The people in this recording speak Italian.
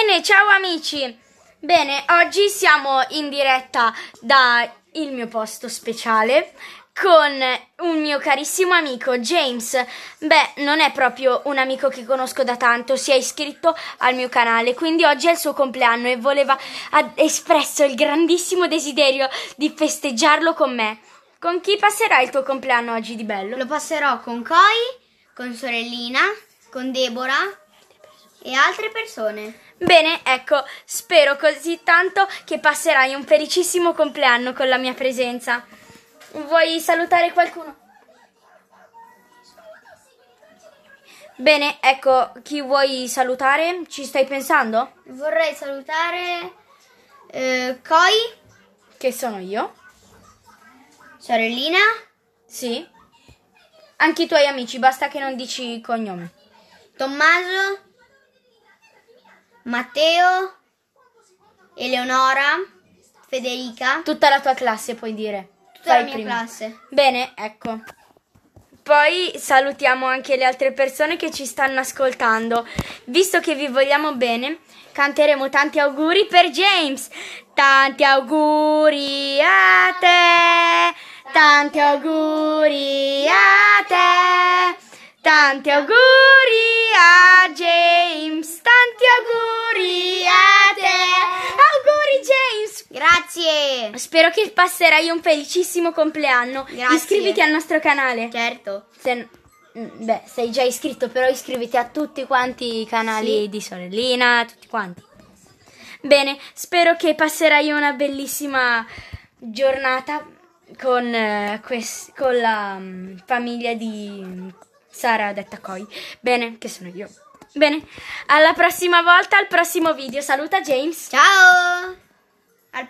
Bene, ciao amici. Bene, oggi siamo in diretta dal mio posto speciale con un mio carissimo amico James. Beh, non è proprio un amico che conosco da tanto, si è iscritto al mio canale, quindi oggi è il suo compleanno e ha espresso il grandissimo desiderio di festeggiarlo con me. Con chi passerai il tuo compleanno oggi di bello? Lo passerò con Koi, con sorellina, con Deborah e altre persone. Bene, ecco, spero così tanto che passerai un felicissimo compleanno con la mia presenza. Vuoi salutare qualcuno? Bene, ecco, chi vuoi salutare? Ci stai pensando? Vorrei salutare Koi, Che sono io? sorellina, Sì. Anche i tuoi amici, basta che non dici il cognome. Tommaso, Matteo, Eleonora, Federica, Tutta la tua classe puoi dire. tutta la Fai mia prima. classe. Bene, ecco. Poi salutiamo anche le altre persone che ci stanno ascoltando. Visto che vi vogliamo bene, canteremo tanti auguri per James. Tanti auguri a te, tanti auguri a te, tanti auguri a James, tanti auguri a te. Auguri James! Grazie! Spero che passerai un felicissimo compleanno. Grazie. Iscriviti al nostro canale. Certo. Beh, sei già iscritto, però iscriviti a tutti quanti i canali Sì. di sorellina, tutti quanti. Bene, spero che passerai una bellissima giornata con la famiglia di Sara detta Koi. Bene, che sono io. Bene, alla prossima volta, al prossimo video. Saluta James. Ciao!